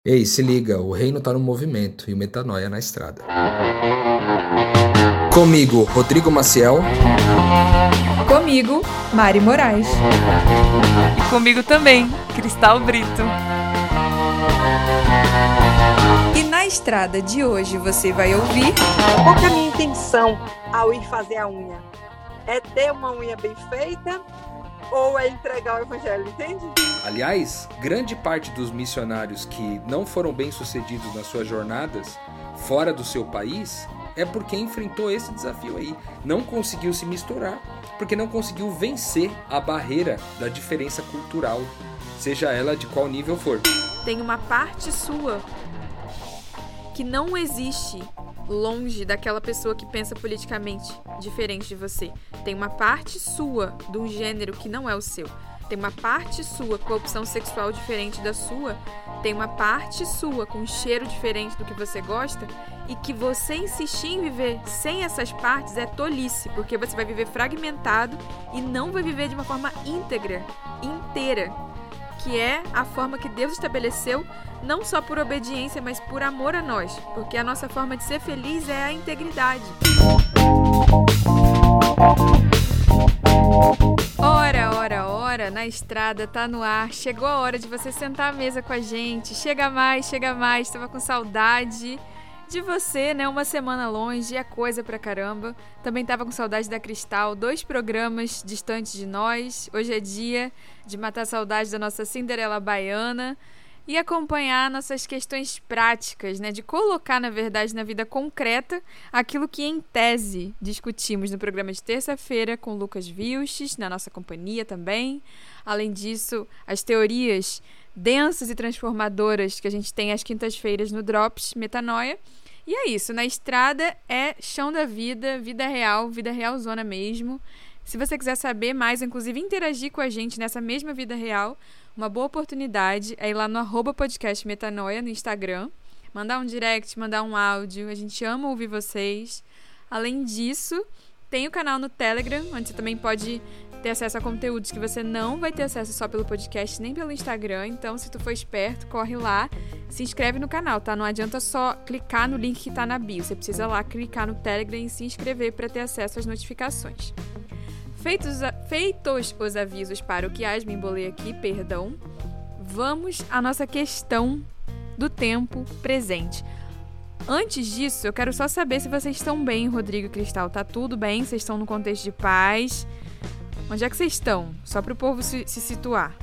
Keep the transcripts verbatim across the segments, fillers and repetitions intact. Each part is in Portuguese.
Ei, se liga, o reino tá no movimento e o Metanoia na estrada. Comigo, Rodrigo Maciel. Comigo, Mari Moraes. E comigo também, Cristal Brito. E na estrada de hoje você vai ouvir... Qual que é a minha intenção ao ir fazer a unha? É ter uma unha bem feita ou é entregar o evangelho, entende? Aliás, grande parte dos missionários que não foram bem-sucedidos nas suas jornadas fora do seu país é porque enfrentou esse desafio aí. Não conseguiu se misturar, porque não conseguiu vencer a barreira da diferença cultural, seja ela de qual nível for. Tem uma parte sua que não existe longe daquela pessoa que pensa politicamente diferente de você. Tem uma parte sua do gênero que não é o seu. Tem uma parte sua com a opção sexual diferente da sua. Tem uma parte sua com um cheiro diferente do que você gosta. E que você insistir em viver sem essas partes é tolice, porque você vai viver fragmentado e não vai viver de uma forma íntegra, inteira, que é a forma que Deus estabeleceu, não só por obediência, mas por amor a nós, porque a nossa forma de ser feliz é a integridade. Ora, ora, ora, na estrada, tá no ar, chegou a hora de você sentar à mesa com a gente, chega mais, chega mais, estava com saudade de você, né? Uma semana longe, é coisa pra caramba. Também tava com saudade da Cristal, dois programas distantes de nós. Hoje é dia de matar a saudade da nossa Cinderela baiana e acompanhar nossas questões práticas, né? De colocar, na verdade, na vida concreta aquilo que, em tese, discutimos no programa de terça-feira com Lucas Vilches, na nossa companhia também. Além disso, as teorias densas e transformadoras que a gente tem às quintas-feiras no Drops Metanoia. E é isso, na estrada é chão da vida, vida real, vida real zona mesmo. Se você quiser saber mais, inclusive interagir com a gente nessa mesma vida real, uma boa oportunidade é ir lá no arroba podcast Metanoia no Instagram, mandar um direct, mandar um áudio, a gente ama ouvir vocês. Além disso, tem o canal no Telegram, onde você também pode ter acesso a conteúdos que você não vai ter acesso só pelo podcast, nem pelo Instagram. Então, se tu for esperto, corre lá, se inscreve no canal, tá? Não adianta só clicar no link que tá na bio. Você precisa lá clicar no Telegram e se inscrever para ter acesso às notificações. Feitos, a... Feitos os avisos paroquiais, me embolei aqui, perdão. Vamos à nossa questão do tempo presente. Antes disso, eu quero só saber se vocês estão bem, Rodrigo e Cristal. Tá tudo bem? Vocês estão no contexto de paz? Onde é que vocês estão? Só para o povo se, se situar.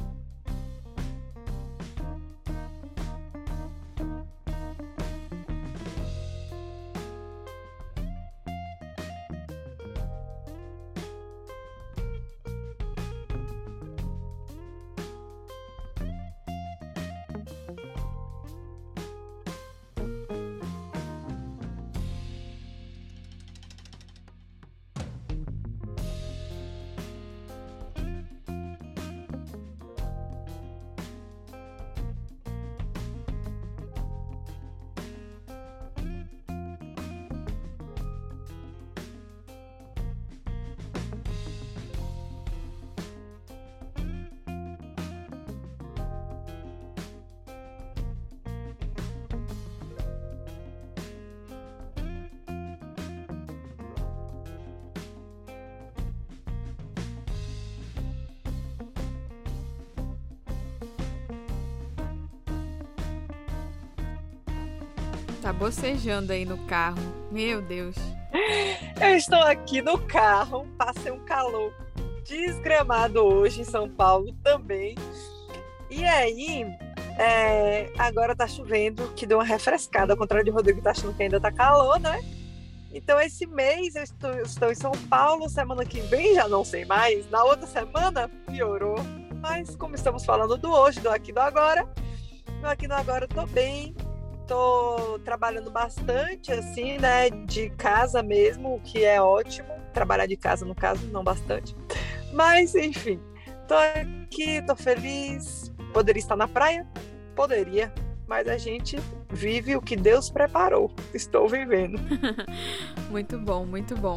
Tá bocejando aí no carro. Meu Deus. Eu estou aqui no carro, passei um calor desgramado hoje em São Paulo também. E aí, é, agora tá chovendo, que deu uma refrescada, ao contrário de Rodrigo que tá achando que ainda tá calor, né? Então esse mês eu estou, estou em São Paulo, semana que vem já não sei mais, na outra semana piorou. Mas como estamos falando do hoje, do aqui do agora, no aqui do agora eu tô bem. Tô trabalhando bastante, assim, né, de casa mesmo, o que é ótimo. Trabalhar de casa, no caso, não bastante. Mas, enfim, tô aqui, tô feliz. Poderia estar na praia? Poderia. Mas a gente vive o que Deus preparou. Estou vivendo. Muito bom, muito bom.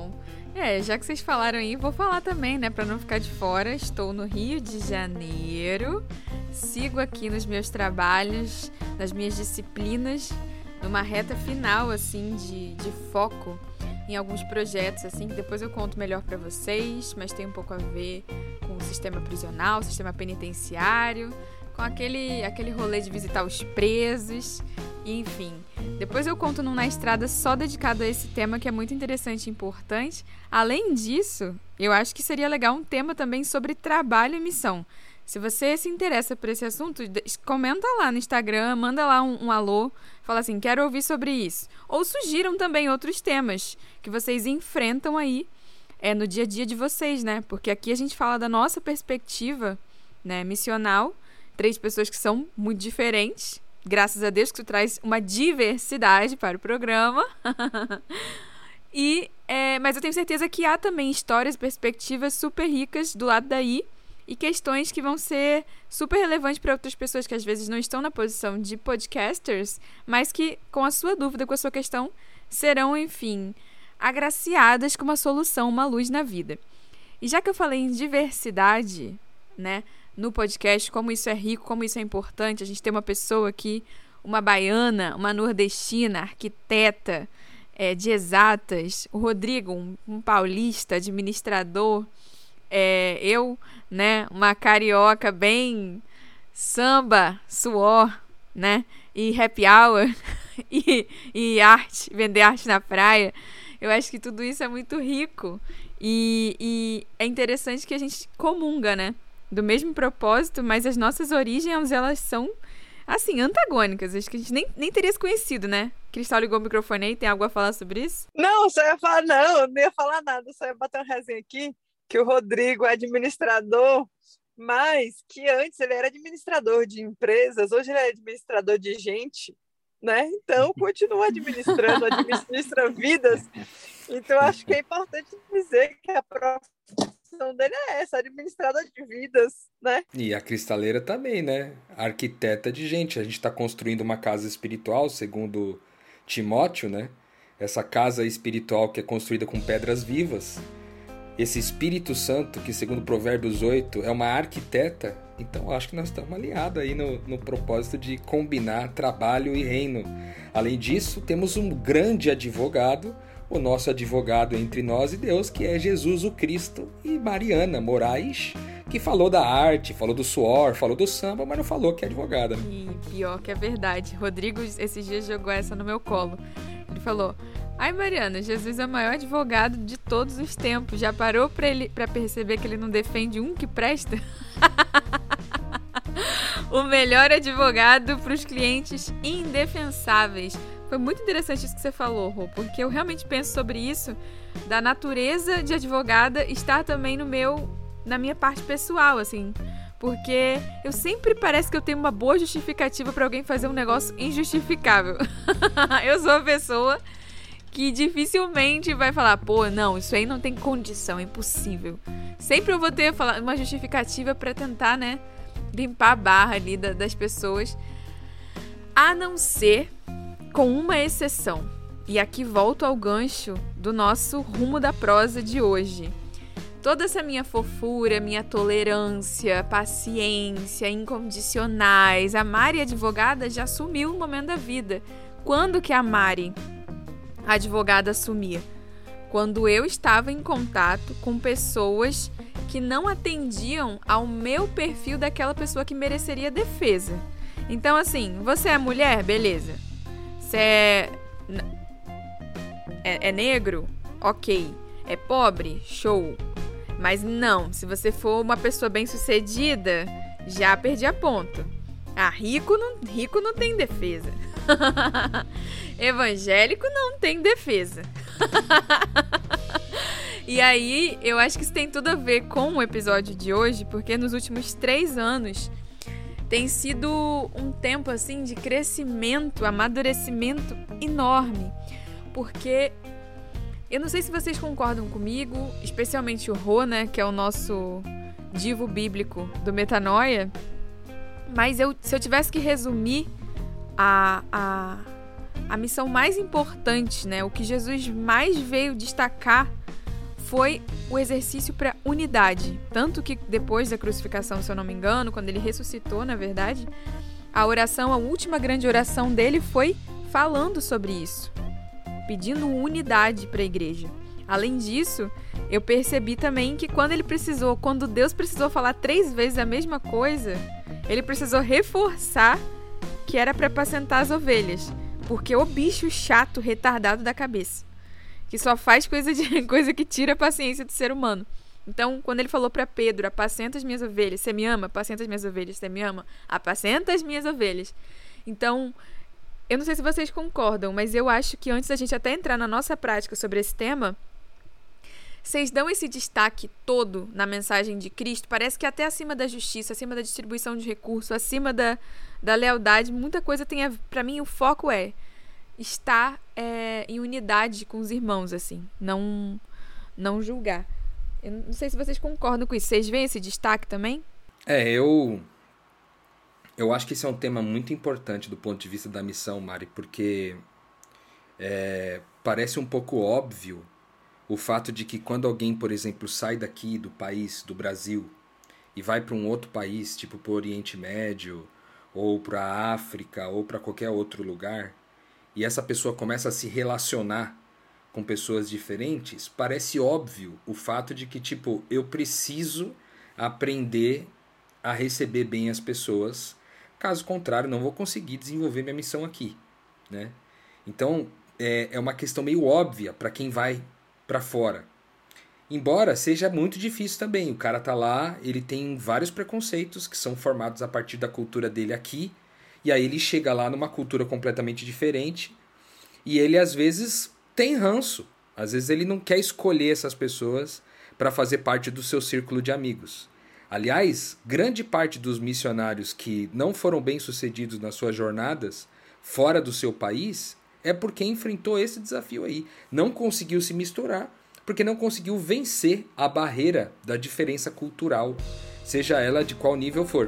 É, já que vocês falaram aí, vou falar também, né, pra não ficar de fora. Estou no Rio de Janeiro, sigo aqui nos meus trabalhos, nas minhas disciplinas, numa reta final, assim, de, de foco em alguns projetos, assim, que depois eu conto melhor pra vocês, mas tem um pouco a ver com o sistema prisional, o sistema penitenciário, com aquele, aquele rolê de visitar os presos, enfim. Depois eu conto num Na Estrada só dedicado a esse tema, que é muito interessante e importante. Além disso, eu acho que seria legal um tema também sobre trabalho e missão. Se você se interessa por esse assunto, comenta lá no Instagram, manda lá um, um alô, fala assim, quero ouvir sobre isso. Ou sugiram também outros temas que vocês enfrentam aí é, no dia a dia de vocês, né? Porque aqui a gente fala da nossa perspectiva, né, missional, três pessoas que são muito diferentes, graças a Deus que tu traz uma diversidade para o programa. e, é, mas eu tenho certeza que há também histórias, perspectivas super ricas do lado daí, e questões que vão ser super relevantes para outras pessoas que às vezes não estão na posição de podcasters, mas que com a sua dúvida, com a sua questão, serão, enfim, agraciadas com uma solução, uma luz na vida. E já que eu falei em diversidade, né, no podcast, como isso é rico, como isso é importante, a gente tem uma pessoa aqui, uma baiana, uma nordestina, arquiteta é, de exatas, o Rodrigo, um, um paulista, administrador, É, eu, né, uma carioca bem samba, suor, né, e happy hour, e, e arte, vender arte na praia. Eu acho que tudo isso é muito rico e, e é interessante que a gente comunga, né, do mesmo propósito, mas as nossas origens, elas são, assim, antagônicas. Acho que a gente nem, nem teria se conhecido, né? Cristal ligou o microfone aí, tem algo a falar sobre isso? Não, só ia falar, não, eu não ia falar nada, só ia bater uma resenha aqui, que o Rodrigo é administrador, mas que antes ele era administrador de empresas, hoje ele é administrador de gente, né? Então, continua administrando, administra vidas. Então, acho que é importante dizer que a profissão dele é essa, administrador de vidas, né? E a cristaleira também, né? Arquiteta de gente. A gente está construindo uma casa espiritual, segundo Timóteo, né? Essa casa espiritual que é construída com pedras vivas. Esse Espírito Santo, que segundo Provérbios oito, é uma arquiteta, então acho que nós estamos alinhados aí no, no propósito de combinar trabalho e reino. Além disso, temos um grande advogado, o nosso advogado entre nós e Deus, que é Jesus o Cristo, e Mariana Moraes, que falou da arte, falou do suor, falou do samba, mas não falou que é advogada. Né? E pior que é verdade. Rodrigo esses dias jogou essa no meu colo. Ele falou... Ai, Mariana, Jesus é o maior advogado de todos os tempos. Já parou pra, ele, pra perceber que ele não defende um que presta? O melhor advogado pros clientes indefensáveis. Foi muito interessante isso que você falou, Rô, porque eu realmente penso sobre isso, da natureza de advogada estar também no meu, na minha parte pessoal, assim. Porque eu sempre parece que eu tenho uma boa justificativa pra alguém fazer um negócio injustificável. Eu sou a pessoa... que dificilmente vai falar, pô, não, isso aí não tem condição, é impossível. Sempre eu vou ter uma justificativa pra tentar, né, limpar a barra ali das pessoas, a não ser com uma exceção. E aqui volto ao gancho do nosso rumo da prosa de hoje. Toda essa minha fofura, minha tolerância, paciência, incondicionais, a Mari advogada já sumiu um momento da vida. Quando que a Mari... a advogada assumia? Quando eu estava em contato com pessoas que não atendiam ao meu perfil daquela pessoa que mereceria defesa. Então, assim, você é mulher? Beleza. Você é... é, é negro? Ok. É pobre? Show. Mas não, se você for uma pessoa bem-sucedida, já perdi a ponto. Ah, rico não, rico não tem defesa. Evangélico não tem defesa. E aí, eu acho que isso tem tudo a ver com o episódio de hoje, porque nos últimos três anos tem sido um tempo assim de crescimento, amadurecimento enorme. Porque eu não sei se vocês concordam comigo, especialmente o Rô, né, que é o nosso divo bíblico do Metanoia, mas eu, se eu tivesse que resumir a, a, a missão mais importante, né, o que Jesus mais veio destacar foi o exercício para unidade. Tanto que depois da crucificação, se eu não me engano, quando ele ressuscitou, na verdade, a oração, a última grande oração dele foi falando sobre isso, pedindo unidade para a igreja. Além disso, eu percebi também que quando ele precisou, quando Deus precisou falar três vezes a mesma coisa, ele precisou reforçar que era para apacentar as ovelhas, porque o bicho chato, retardado da cabeça, que só faz coisa, de, coisa que tira a paciência do ser humano. Então, quando ele falou para Pedro, apacenta as minhas ovelhas, você me ama? Apacenta as minhas ovelhas, você me ama? Apacenta as minhas ovelhas. Então, eu não sei se vocês concordam, mas eu acho que antes da gente até entrar na nossa prática sobre esse tema, vocês dão esse destaque todo na mensagem de Cristo, parece que até acima da justiça, acima da distribuição de recursos, acima da, da lealdade, muita coisa tem a... Para mim, o foco é estar é, em unidade com os irmãos, assim, não, não julgar. Eu não sei se vocês concordam com isso. Vocês veem esse destaque também? É, eu... Eu acho que esse é um tema muito importante do ponto de vista da missão, Mari, porque é, parece um pouco óbvio o fato de que quando alguém, por exemplo, sai daqui do país, do Brasil, e vai para um outro país, tipo para o Oriente Médio, ou para a África, ou para qualquer outro lugar, e essa pessoa começa a se relacionar com pessoas diferentes, parece óbvio o fato de que, tipo, eu preciso aprender a receber bem as pessoas, caso contrário, não vou conseguir desenvolver minha missão aqui, né? Então, é, é uma questão meio óbvia para quem vai para fora. Embora seja muito difícil também. O cara tá lá, ele tem vários preconceitos que são formados a partir da cultura dele aqui, e aí ele chega lá numa cultura completamente diferente, e ele às vezes tem ranço. Às vezes ele não quer escolher essas pessoas para fazer parte do seu círculo de amigos. Aliás, grande parte dos missionários que não foram bem-sucedidos nas suas jornadas fora do seu país é porque enfrentou esse desafio aí. Não conseguiu se misturar, porque não conseguiu vencer a barreira da diferença cultural, seja ela de qual nível for.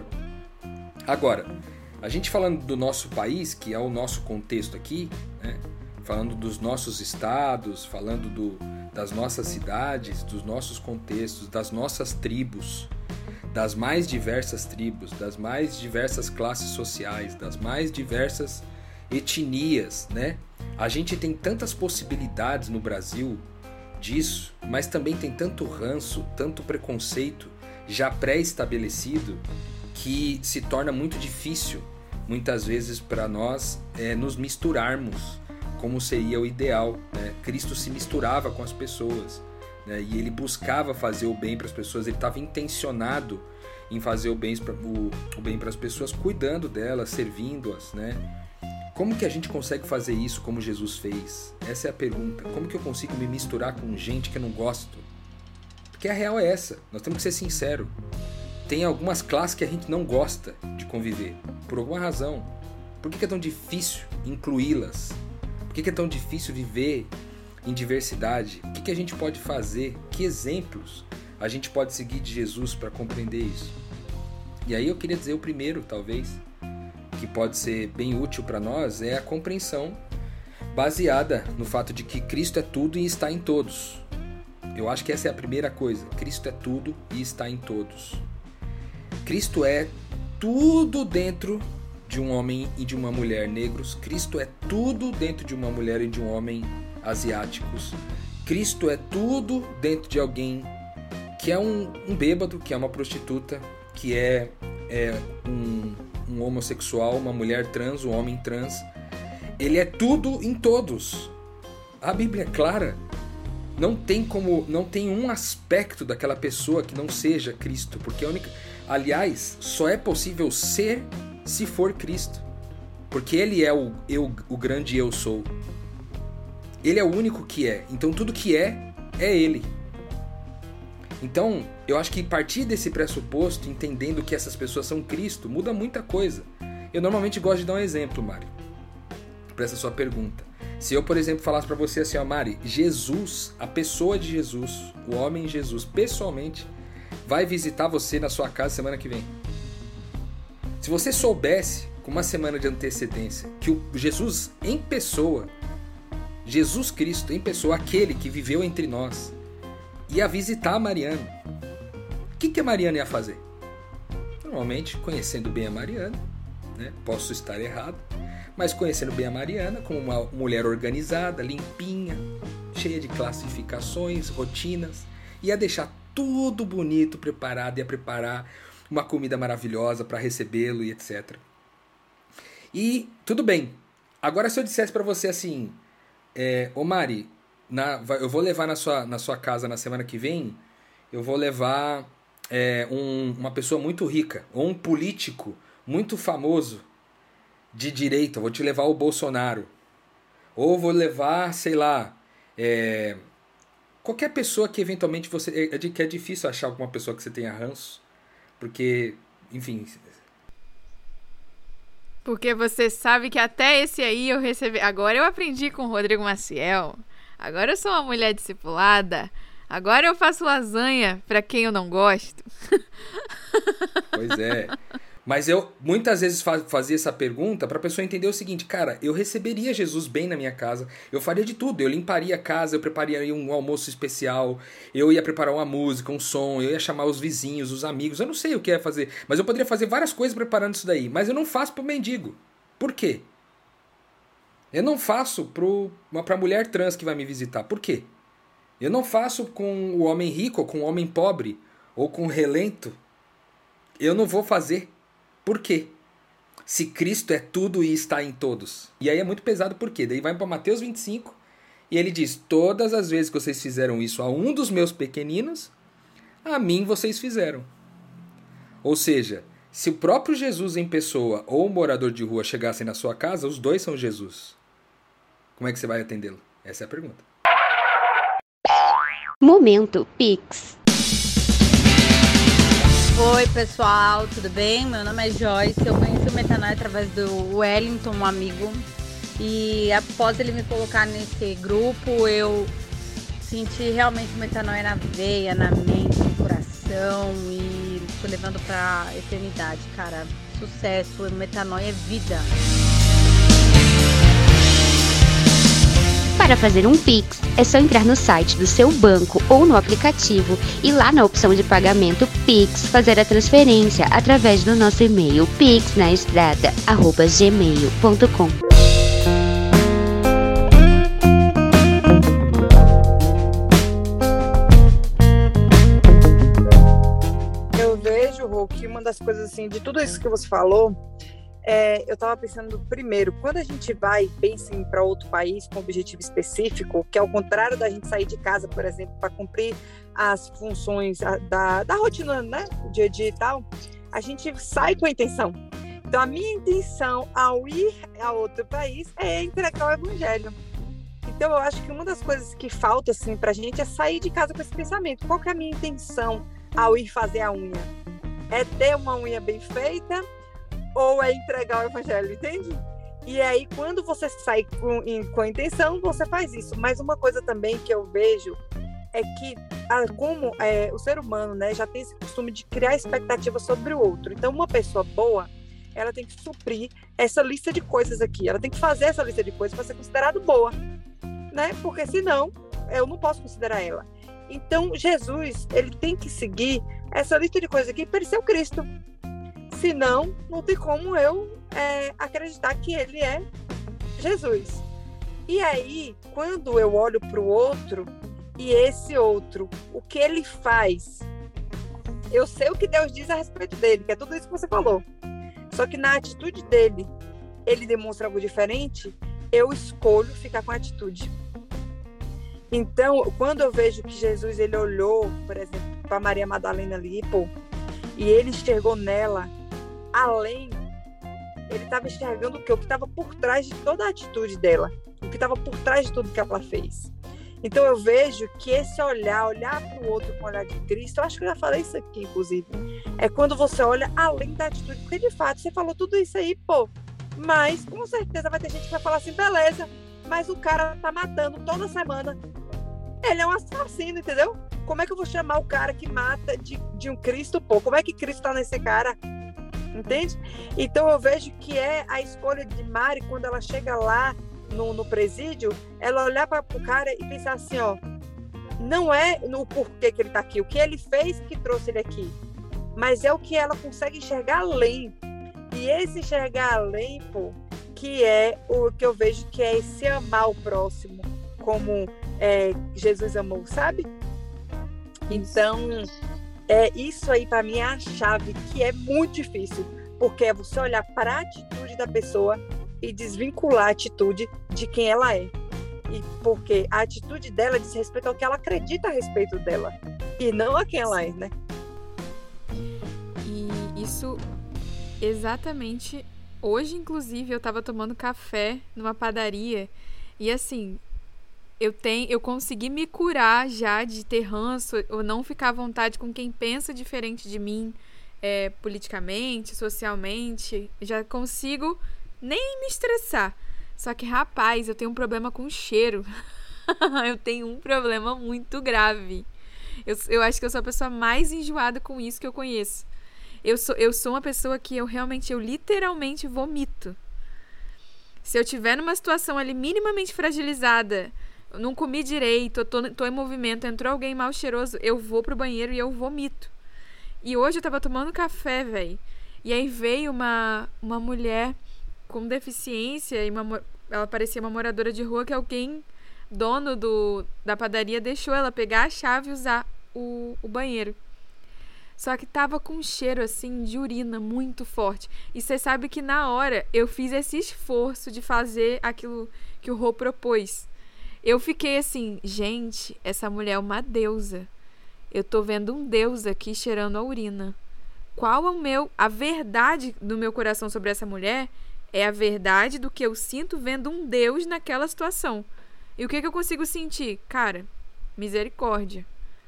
Agora, a gente falando do nosso país, que é o nosso contexto aqui, né? Falando dos nossos estados, falando do, das nossas cidades, dos nossos contextos, das nossas tribos, das mais diversas tribos, das mais diversas classes sociais, das mais diversas etnias, né? A gente tem tantas possibilidades no Brasil disso, mas também tem tanto ranço, tanto preconceito já pré-estabelecido que se torna muito difícil, muitas vezes, para nós é, nos misturarmos como seria o ideal, né? Cristo se misturava com as pessoas, né? E ele buscava fazer o bem para as pessoas, ele estava intencionado em fazer o bem para o, o bem para as pessoas, cuidando delas, servindo-as, né? Como que a gente consegue fazer isso como Jesus fez? Essa é a pergunta. Como que eu consigo me misturar com gente que eu não gosto? Porque a real é essa, nós temos que ser sinceros. Tem algumas classes que a gente não gosta de conviver, por alguma razão. Por que é tão difícil incluí-las? Por que é tão difícil viver em diversidade? O que a gente pode fazer? Que exemplos a gente pode seguir de Jesus para compreender isso? E aí eu queria dizer o primeiro, talvez, que pode ser bem útil para nós, é a compreensão baseada no fato de que Cristo é tudo e está em todos. Eu acho que essa é a primeira coisa. Cristo é tudo e está em todos. Cristo é tudo dentro de um homem e de uma mulher negros. Cristo é tudo dentro de uma mulher e de um homem asiáticos. Cristo é tudo dentro de alguém que é um, um bêbado, que é uma prostituta, que é, é um, um homossexual, uma mulher trans, um homem trans. Ele é tudo em todos. A Bíblia é clara. Não tem como, não tem um aspecto daquela pessoa que não seja Cristo, porque a única, aliás, só é possível ser se for Cristo, porque Ele é o, eu, o grande eu sou. Ele é o único que é. Então tudo que é, é Ele. Então, eu acho que partir desse pressuposto, entendendo que essas pessoas são Cristo, muda muita coisa. Eu normalmente gosto de dar um exemplo, Mari, para essa sua pergunta. Se eu, por exemplo, falasse para você assim, ó, Mari, Jesus, a pessoa de Jesus, o homem Jesus, pessoalmente, vai visitar você na sua casa semana que vem. Se você soubesse, com uma semana de antecedência, que o Jesus em pessoa, Jesus Cristo em pessoa, aquele que viveu entre nós, ia visitar a Mariana. O que, que a Mariana ia fazer? Normalmente, conhecendo bem a Mariana, né? Posso estar errado, mas conhecendo bem a Mariana como uma mulher organizada, limpinha, cheia de classificações, rotinas, ia deixar tudo bonito, preparado, ia preparar uma comida maravilhosa para recebê-lo e etcétera. E tudo bem. Agora, se eu dissesse para você assim, é, ô Mari, na, eu vou levar na sua, na sua casa na semana que vem, eu vou levar é, um, uma pessoa muito rica, ou um político muito famoso de direita, vou te levar o Bolsonaro, ou vou levar, sei lá, é, qualquer pessoa que eventualmente você... É, que é difícil achar alguma pessoa que você tenha ranço, porque, enfim... Porque você sabe que até esse aí eu recebi... Agora eu aprendi com o Rodrigo Maciel. Agora eu sou uma mulher discipulada. Agora eu faço lasanha pra quem eu não gosto. Pois é. Mas eu muitas vezes fazia essa pergunta pra pessoa entender o seguinte, cara, eu receberia Jesus bem na minha casa, eu faria de tudo, eu limparia a casa, eu prepararia um almoço especial, eu ia preparar uma música, um som, eu ia chamar os vizinhos, os amigos, eu não sei o que ia fazer, mas eu poderia fazer várias coisas preparando isso daí, mas eu não faço pro mendigo. Por quê? Eu não faço pro, pra mulher trans que vai me visitar. Por quê? Eu não faço com o homem rico, ou com o homem pobre, ou com o relento. Eu não vou fazer. Por quê? Se Cristo é tudo e está em todos. E aí é muito pesado, por quê? Daí vai para Mateus vinte e cinco e ele diz, todas as vezes que vocês fizeram isso a um dos meus pequeninos, a mim vocês fizeram. Ou seja, se o próprio Jesus em pessoa ou um morador de rua chegassem na sua casa, os dois são Jesus. Como é que você vai atendê-lo? Essa é a pergunta. Momento Pix. Oi pessoal, tudo bem? Meu nome é Joyce, eu conheci o Metanoia através do Wellington, um amigo, e após ele me colocar nesse grupo, eu senti realmente o Metanoia na veia, na mente, no coração, e tô levando pra eternidade, cara. Sucesso, Metanoia é vida. Para fazer um Pix, é só entrar no site do seu banco ou no aplicativo e lá na opção de pagamento Pix, fazer a transferência através do nosso e-mail pix na estrada arroba gmail ponto com. Eu vejo, Rô, que uma das coisas assim, de tudo isso que você falou, É, eu estava pensando primeiro, quando a gente vai, pensa em para outro país com objetivo específico, que é o contrário da gente sair de casa, por exemplo, para cumprir as funções da, da rotina, né, do dia a dia e tal, a gente sai com a intenção. Então, a minha intenção ao ir a outro país é entregar o evangelho. Então, eu acho que uma das coisas que falta assim, para a gente é sair de casa com esse pensamento. Qual que é a minha intenção ao ir fazer a unha? É ter uma unha bem feita? Ou é entregar o evangelho, entende? E aí, quando você sai com, com a intenção, você faz isso. Mas uma coisa também que eu vejo é que, como é, o ser humano, né, já tem esse costume de criar expectativa sobre o outro. Então, uma pessoa boa, ela tem que suprir essa lista de coisas aqui. Ela tem que fazer essa lista de coisas para ser considerada boa, né? Porque senão, eu não posso considerar ela. Então, Jesus, ele tem que seguir essa lista de coisas aqui para ele ser o Cristo. Senão, não tem como eu é, acreditar que ele é Jesus. E aí, quando eu olho para o outro, e esse outro, o que ele faz, eu sei o que Deus diz a respeito dele, que é tudo isso que você falou. Só que na atitude dele, ele demonstra algo diferente, eu escolho ficar com a atitude. Então, quando eu vejo que Jesus, ele olhou, por exemplo, para Maria Madalena ali, pô, e ele enxergou nela, além, ele estava enxergando o que? O que estava por trás de toda a atitude dela, o que estava por trás de tudo que ela fez. Então eu vejo que esse olhar, olhar para o outro com o olhar de Cristo, eu acho que eu já falei isso aqui, inclusive, é quando você olha além da atitude, porque de fato você falou tudo isso aí, pô, mas com certeza vai ter gente que vai falar assim, beleza, mas o cara tá matando toda semana, ele é um assassino, entendeu? Como é que eu vou chamar o cara que mata de, de um Cristo, pô? Como é que Cristo tá nesse cara? Entende? Então eu vejo que é a escolha de Mari, quando ela chega lá no, no presídio, ela olhar para o cara e pensar assim, ó, não é no porquê que ele está aqui, o que ele fez que trouxe ele aqui, mas é o que ela consegue enxergar além. E esse enxergar além, pô, que é o que eu vejo que é esse amar o próximo como é, Jesus amou, sabe? Então, é, isso aí para mim é a chave, que é muito difícil, porque é você olhar para a atitude da pessoa e desvincular a atitude de quem ela é. E porque a atitude dela diz respeito ao que ela acredita a respeito dela, e não a quem ela é, né? E isso, exatamente, hoje, inclusive, eu tava tomando café numa padaria, e assim, eu, tenho, eu consegui me curar já de ter ranço, ou não ficar à vontade com quem pensa diferente de mim, é, politicamente, socialmente, já consigo nem me estressar. Só que, rapaz, eu tenho um problema com cheiro. Eu tenho um problema muito grave. Eu, eu acho que eu sou a pessoa mais enjoada com isso que eu conheço. Eu sou, eu sou uma pessoa que eu realmente, eu literalmente vomito. Se eu tiver numa situação ali minimamente fragilizada, não comi direito, eu tô, tô em movimento, entrou alguém mal cheiroso, eu vou pro banheiro e eu vomito. E hoje eu tava tomando café, velho. E aí veio uma, uma mulher com deficiência, e uma, ela parecia uma moradora de rua, que alguém, dono do, da padaria, deixou ela pegar a chave e usar o, o banheiro. Só que tava com um cheiro assim de urina muito forte. E você sabe que na hora eu fiz esse esforço de fazer aquilo que o Rô propôs. Eu fiquei assim, gente, essa mulher é uma deusa. Eu tô vendo um deus aqui cheirando a urina. Qual é o meu... A verdade do meu coração sobre essa mulher é a verdade do que eu sinto vendo um Deus naquela situação. E o que, que eu consigo sentir? Cara, misericórdia.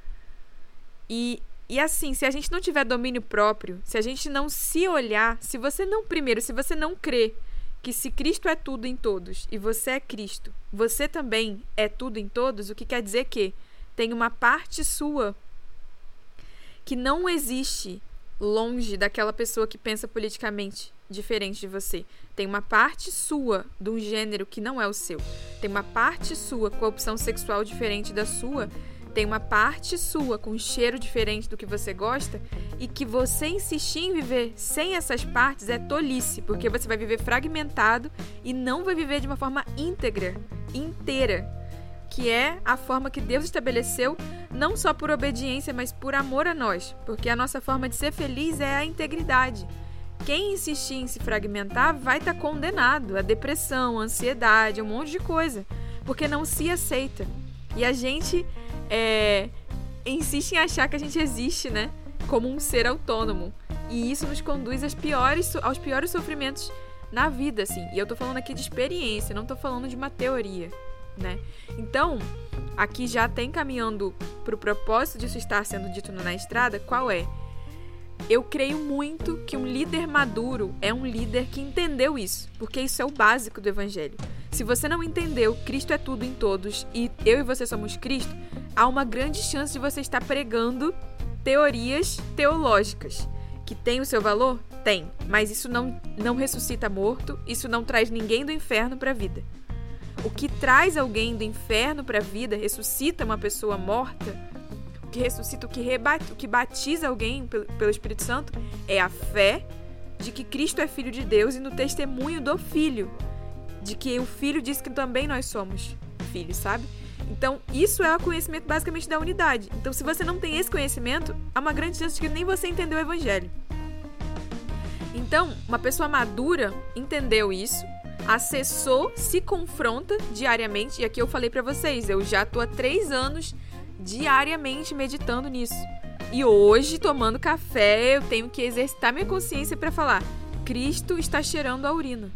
E, e assim, se a gente não tiver domínio próprio, se a gente não se olhar, se você não, primeiro, se você não crê que se Cristo é tudo em todos e você é Cristo, você também é tudo em todos, o que quer dizer que tem uma parte sua que não existe longe daquela pessoa que pensa politicamente diferente de você. Tem uma parte sua de um gênero que não é o seu. Tem uma parte sua com a opção sexual diferente da sua. Tem uma parte sua com um cheiro diferente do que você gosta, e que você insistir em viver sem essas partes é tolice, porque você vai viver fragmentado e não vai viver de uma forma íntegra, inteira, que é a forma que Deus estabeleceu, não só por obediência, mas por amor a nós, porque a nossa forma de ser feliz é a integridade. Quem insistir em se fragmentar vai estar condenado a depressão, a ansiedade, um monte de coisa, porque não se aceita. E a gente é, insiste em achar que a gente existe, né, como um ser autônomo. E isso nos conduz aos piores, aos piores sofrimentos na vida, assim. E eu tô falando aqui de experiência, não tô falando de uma teoria, né? Então, aqui já tem caminhando pro propósito disso estar sendo dito no Na Estrada, qual é? Eu creio muito que um líder maduro é um líder que entendeu isso, porque isso é o básico do Evangelho. Se você não entendeu, Cristo é tudo em todos e eu e você somos Cristo, há uma grande chance de você estar pregando teorias teológicas. Que tem o seu valor? Tem, mas isso não, não ressuscita morto, isso não traz ninguém do inferno para a vida. O que traz alguém do inferno para a vida, ressuscita uma pessoa morta, o que ressuscita, o que, rebate, o que batiza alguém pelo, pelo Espírito Santo, é a fé de que Cristo é Filho de Deus e no testemunho do Filho, de que o Filho diz que também nós somos filhos, sabe? Então, isso é o conhecimento basicamente da unidade. Então, se você não tem esse conhecimento, há uma grande chance de que nem você entendeu o Evangelho. Então, uma pessoa madura entendeu isso, acessou, se confronta diariamente, e aqui eu falei pra vocês, eu já tô há três anos diariamente meditando nisso. E hoje, tomando café, eu tenho que exercitar minha consciência pra falar: Cristo está cheirando a urina.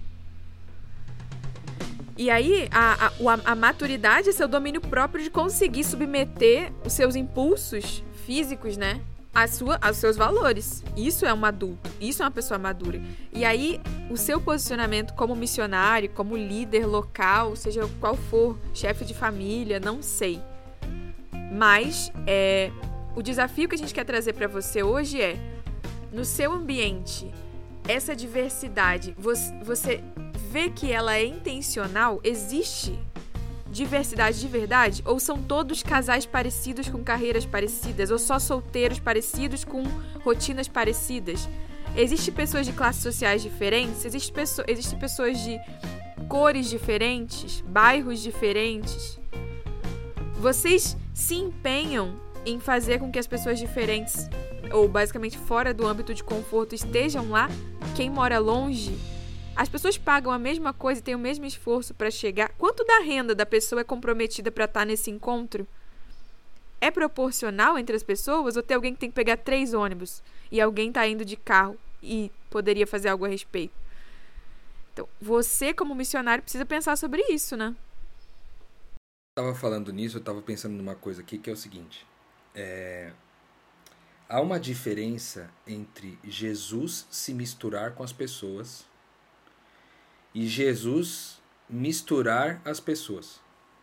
E aí, a, a, a maturidade é seu domínio próprio de conseguir submeter os seus impulsos físicos, né, a sua, aos seus valores. Isso é um adulto, isso é uma pessoa madura. E aí, o seu posicionamento como missionário, como líder local, seja qual for, chefe de família, não sei. Mas é, o desafio que a gente quer trazer para você hoje é, no seu ambiente, essa diversidade, você... você vê que ela é intencional, existe diversidade de verdade? Ou são todos casais parecidos com carreiras parecidas? Ou só solteiros parecidos com rotinas parecidas? Existem pessoas de classes sociais diferentes? Existem pessoas, existem pessoas de cores diferentes? Bairros diferentes? Vocês se empenham em fazer com que as pessoas diferentes, ou basicamente fora do âmbito de conforto, estejam lá? Quem mora longe? As pessoas pagam a mesma coisa e têm o mesmo esforço para chegar. Quanto da renda da pessoa é comprometida para estar nesse encontro? É proporcional entre as pessoas? Ou tem alguém que tem que pegar três ônibus e alguém está indo de carro e poderia fazer algo a respeito? Então, você como missionário precisa pensar sobre isso, né? Eu estava falando nisso, eu estava pensando numa coisa aqui que é o seguinte. É... Há uma diferença entre Jesus se misturar com as pessoas e Jesus misturar as pessoas.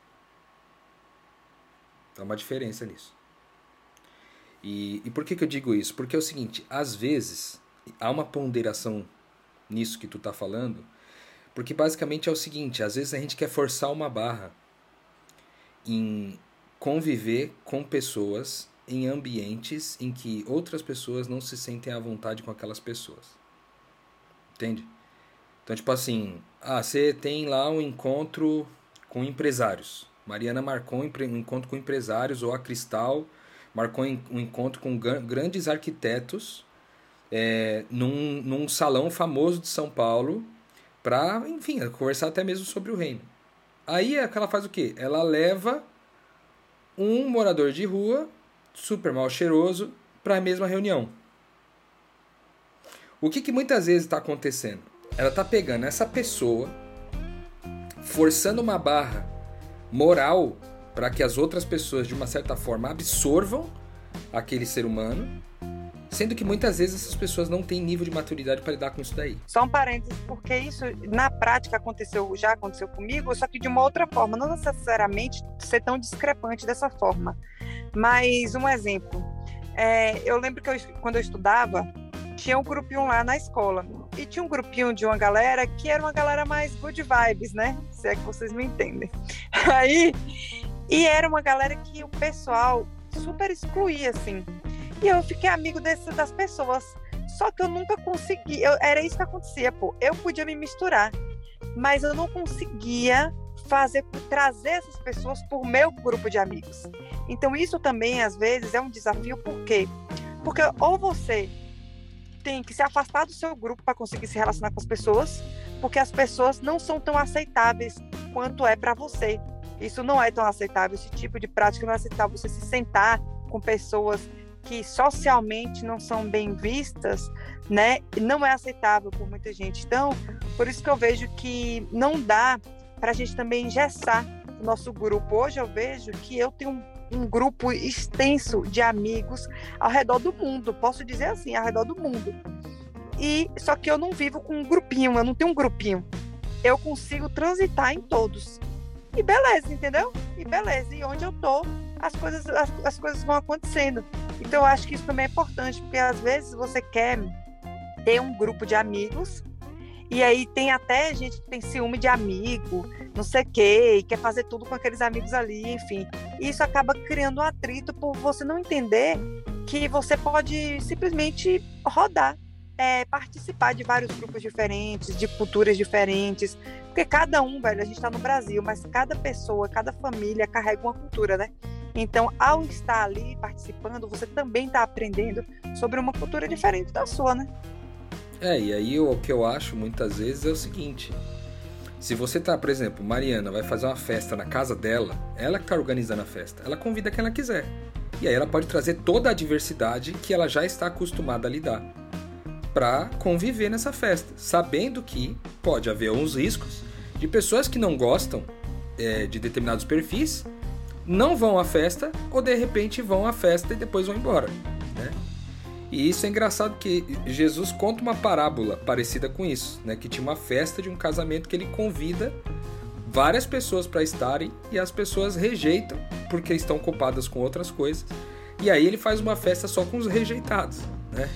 Há uma diferença nisso. E, e por que, que eu digo isso? Porque é o seguinte, às vezes, há uma ponderação nisso que tu tá falando, porque basicamente é o seguinte, às vezes a gente quer forçar uma barra em conviver com pessoas em ambientes em que outras pessoas não se sentem à vontade com aquelas pessoas. Entende? Então, tipo assim, ah, você tem lá um encontro com empresários. Mariana marcou um encontro com empresários, ou a Cristal marcou um encontro com grandes arquitetos é, num, num salão famoso de São Paulo para, enfim, conversar até mesmo sobre o reino. Aí ela faz o quê? Ela leva um morador de rua, super mal cheiroso, para a mesma reunião. O que, que muitas vezes está acontecendo? Ela está pegando essa pessoa, forçando uma barra moral para que as outras pessoas, de uma certa forma, absorvam aquele ser humano, sendo que muitas vezes essas pessoas não têm nível de maturidade para lidar com isso daí. Só um parênteses, porque isso na prática aconteceu, já aconteceu comigo, só que de uma outra forma, não necessariamente ser tão discrepante dessa forma. Mas um exemplo, é, eu lembro que eu, quando eu estudava, tinha um grupinho lá na escola, e tinha um grupinho de uma galera que era uma galera mais good vibes, né? Se é que vocês me entendem. Aí, e era uma galera que o pessoal super excluía, assim. E eu fiquei amigo desse, das pessoas. Só que eu nunca consegui, eu, era isso que acontecia, pô. Eu podia me misturar, mas eu não conseguia fazer, trazer essas pessoas por meu grupo de amigos. Então isso também, às vezes, é um desafio, por quê? Porque ou você tem que se afastar do seu grupo para conseguir se relacionar com as pessoas, porque as pessoas não são tão aceitáveis quanto é para você. Isso não é tão aceitável, esse tipo de prática não é aceitável. Você se sentar com pessoas que socialmente não são bem vistas, né, não é aceitável por muita gente. Então, por isso que eu vejo que não dá para a gente também engessar o nosso grupo. Hoje eu vejo que eu tenho um um grupo extenso de amigos ao redor do mundo, posso dizer assim, ao redor do mundo. E só que eu não vivo com um grupinho, eu não tenho um grupinho. Eu consigo transitar em todos. E beleza, entendeu? E beleza, e onde eu tô, as coisas, as, as coisas vão acontecendo. Então eu acho que isso também é importante, porque às vezes você quer ter um grupo de amigos, e aí tem até gente que tem ciúme de amigo, não sei o quê, e quer fazer tudo com aqueles amigos ali, enfim. E isso acaba criando um atrito por você não entender que você pode simplesmente rodar, é, participar de vários grupos diferentes, de culturas diferentes, porque cada um, velho, a gente tá no Brasil, mas cada pessoa, cada família carrega uma cultura, né? Então, ao estar ali participando, você também tá aprendendo sobre uma cultura diferente da sua, né? É, e aí o que eu acho muitas vezes é o seguinte: se você tá, por exemplo, Mariana vai fazer uma festa na casa dela, ela que tá organizando a festa, ela convida quem ela quiser. E aí ela pode trazer toda a diversidade que ela já está acostumada a lidar para conviver nessa festa, sabendo que pode haver uns riscos de pessoas que não gostam é, de determinados perfis, não vão à festa, ou de repente vão à festa e depois vão embora, né? E isso é engraçado que Jesus conta uma parábola parecida com isso, né? Que tinha uma festa de um casamento que ele convida várias pessoas para estarem e as pessoas rejeitam porque estão ocupadas com outras coisas. E aí ele faz uma festa só com os rejeitados, né?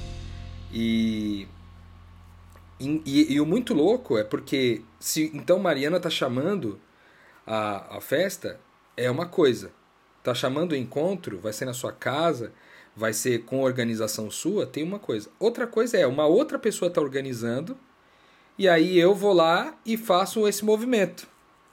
E, e, e o muito louco é porque se então Mariana está chamando a, a festa, é uma coisa. Tá chamando o encontro, vai ser na sua casa, vai ser com organização sua, tem uma coisa. Outra coisa é, uma outra pessoa tá organizando, e aí eu vou lá e faço esse movimento.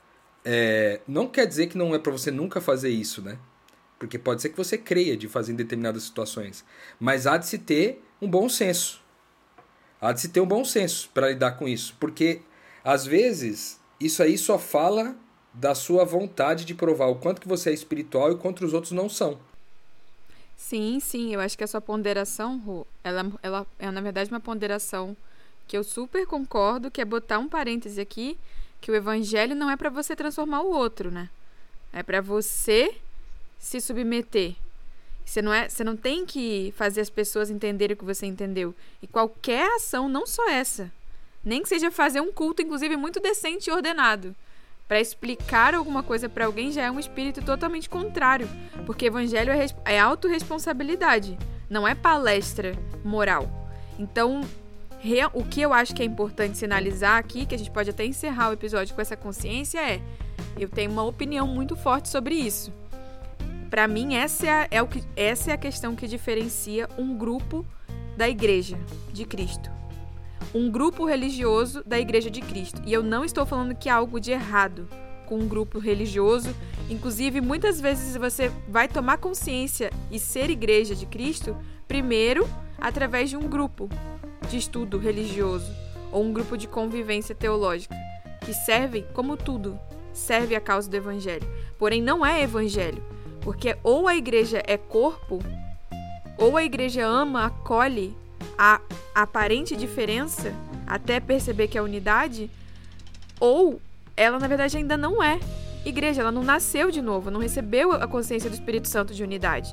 É, não quer dizer que não é para você nunca fazer isso, né? Porque pode ser que você creia de fazer em determinadas situações. Mas há de se ter um bom senso. Há de se ter um bom senso para lidar com isso. Porque, às vezes, isso aí só fala da sua vontade de provar o quanto que você é espiritual e o quanto os outros não são. Sim, sim. Eu acho que a sua ponderação, Rô, ela, ela é, na verdade, uma ponderação que eu super concordo, que é botar um parêntese aqui, que o evangelho não é para você transformar o outro, né? É para você se submeter. Você não, é, você não tem que fazer as pessoas entenderem o que você entendeu. E qualquer ação, não só essa, nem que seja fazer um culto, inclusive muito decente e ordenado, para explicar alguma coisa para alguém, já é um espírito totalmente contrário. Porque evangelho é, é autorresponsabilidade, não é palestra moral. Então, real, o que eu acho que é importante sinalizar aqui, que a gente pode até encerrar o episódio com essa consciência, é: eu tenho uma opinião muito forte sobre isso. Para mim, essa é, a, é o que, essa é a questão que diferencia um grupo da Igreja de Cristo. Um grupo religioso da Igreja de Cristo. E eu não estou falando que há algo de errado com um grupo religioso. Inclusive, muitas vezes você vai tomar consciência e ser Igreja de Cristo, primeiro, através de um grupo de estudo religioso ou um grupo de convivência teológica, que servem, como tudo, serve a causa do Evangelho. Porém, não é Evangelho. Porque ou a igreja é corpo, ou a igreja ama, acolhe a aparente diferença, até perceber que é unidade, ou ela, na verdade, ainda não é igreja, ela não nasceu de novo, não recebeu a consciência do Espírito Santo de unidade.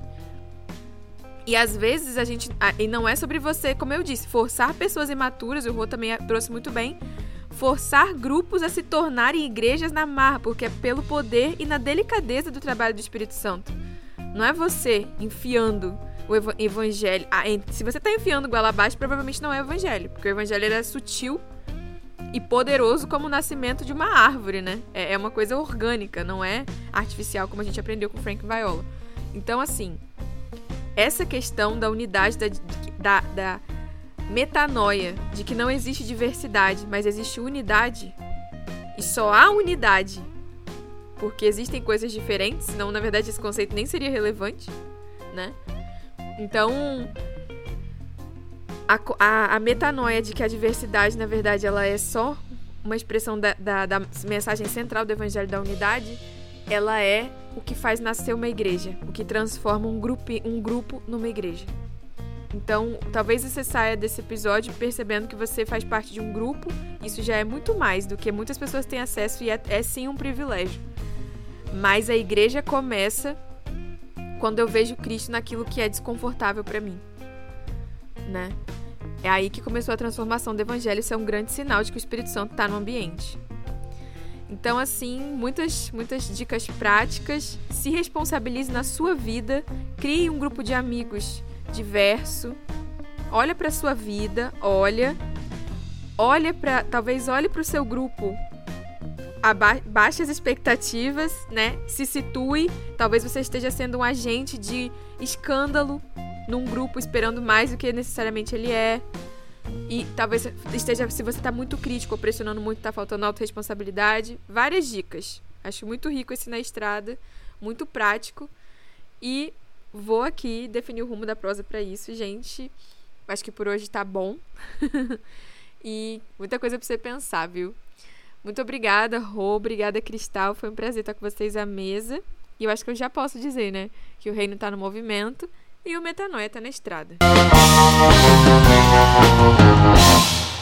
E às vezes a gente, e não é sobre você, como eu disse, forçar pessoas imaturas, o Rô também trouxe muito bem, forçar grupos a se tornarem igrejas na marra, porque é pelo poder e na delicadeza do trabalho do Espírito Santo. Não é você enfiando o ev- evangelho. Ah, se você está enfiando goela abaixo, provavelmente não é evangelho, porque o evangelho era sutil e poderoso como o nascimento de uma árvore, né? É, é uma coisa orgânica, não é artificial, como a gente aprendeu com Frank Viola. Então, assim, essa questão da unidade, da, da, da metanoia, de que não existe diversidade, mas existe unidade, e só há unidade porque existem coisas diferentes, senão, na verdade, esse conceito nem seria relevante, né? Então, a, a, a metanoia de que a diversidade, na verdade, ela é só uma expressão da, da, da mensagem central do Evangelho da Unidade, ela é o que faz nascer uma igreja, o que transforma um grupo, um grupo numa igreja. Então, talvez você saia desse episódio percebendo que você faz parte de um grupo. Isso já é muito mais do que muitas pessoas têm acesso e é, é sim um privilégio. Mas a igreja começa quando eu vejo Cristo naquilo que é desconfortável para mim, né? É aí que começou a transformação do evangelho. Isso é um grande sinal de que o Espírito Santo está no ambiente. Então, assim, muitas, muitas dicas práticas. Se responsabilize na sua vida. Crie um grupo de amigos diverso. Olha para sua vida, olha. Olha para, talvez olhe para o seu grupo. Aba- baixe as expectativas, né? Se situe. Talvez você esteja sendo um agente de escândalo num grupo, esperando mais do que necessariamente ele é. E talvez esteja, se você está muito crítico ou pressionando muito, está faltando autorresponsabilidade. Várias dicas. Acho muito rico esse Na Estrada, muito prático. E vou aqui definir o rumo da prosa para isso, gente. Acho que por hoje tá bom. E muita coisa para você pensar, viu? Muito obrigada, Rô. Obrigada, Cristal. Foi um prazer estar com vocês à mesa. E eu acho que eu já posso dizer, né? Que o reino tá no movimento e o Metanoia tá na estrada.